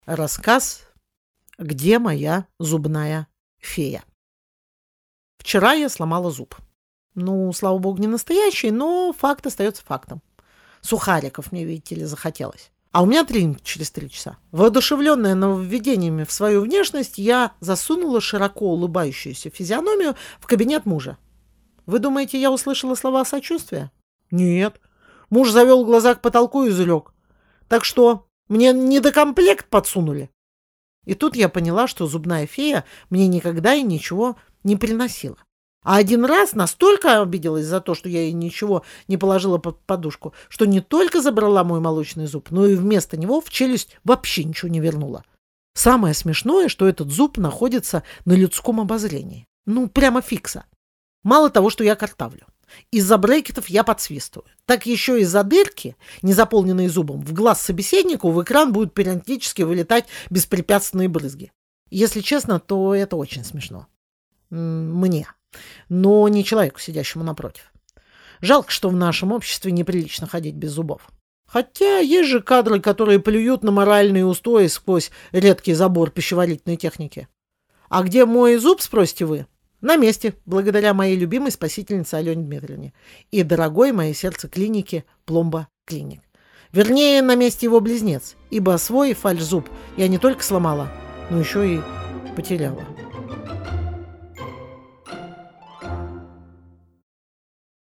Рассказ «Где моя зубная фея?». Вчера я сломала зуб. Слава богу, не настоящий, но факт остается фактом. Сухариков мне, видите ли, захотелось. А у меня тренинг через 3 часа. Воодушевленная нововведениями в свою внешность, я засунула широко улыбающуюся физиономию в кабинет мужа. Вы думаете, я услышала слова сочувствия? Нет. Муж завел глаза к потолку и изрек: так что, мне недокомплект подсунули? И тут я поняла, что зубная фея мне никогда и ничего не приносила. А один раз настолько обиделась за то, что я ей ничего не положила под подушку, что не только забрала мой молочный зуб, но и вместо него в челюсть вообще ничего не вернула. Самое смешное, что этот зуб находится на людском обозрении. Прямо фикса. Мало того, что я картавлю. Из-за брекетов я подсвистываю. Так еще из-за дырки, не заполненной зубом, в глаз собеседнику в экран будут периодически вылетать беспрепятственные брызги. Если честно, то это очень смешно. Мне. Но не человеку, сидящему напротив. Жалко, что в нашем обществе неприлично ходить без зубов. Хотя есть же кадры, которые плюют на моральные устои сквозь редкий забор пищеварительной техники. А где мой зуб, спросите вы? На месте, благодаря моей любимой спасительнице Алене Дмитриевне и дорогой моей сердце клинике Пломба Клиник. Вернее, на месте его близнец, ибо свой фальшзуб я не только сломала, но еще и потеряла.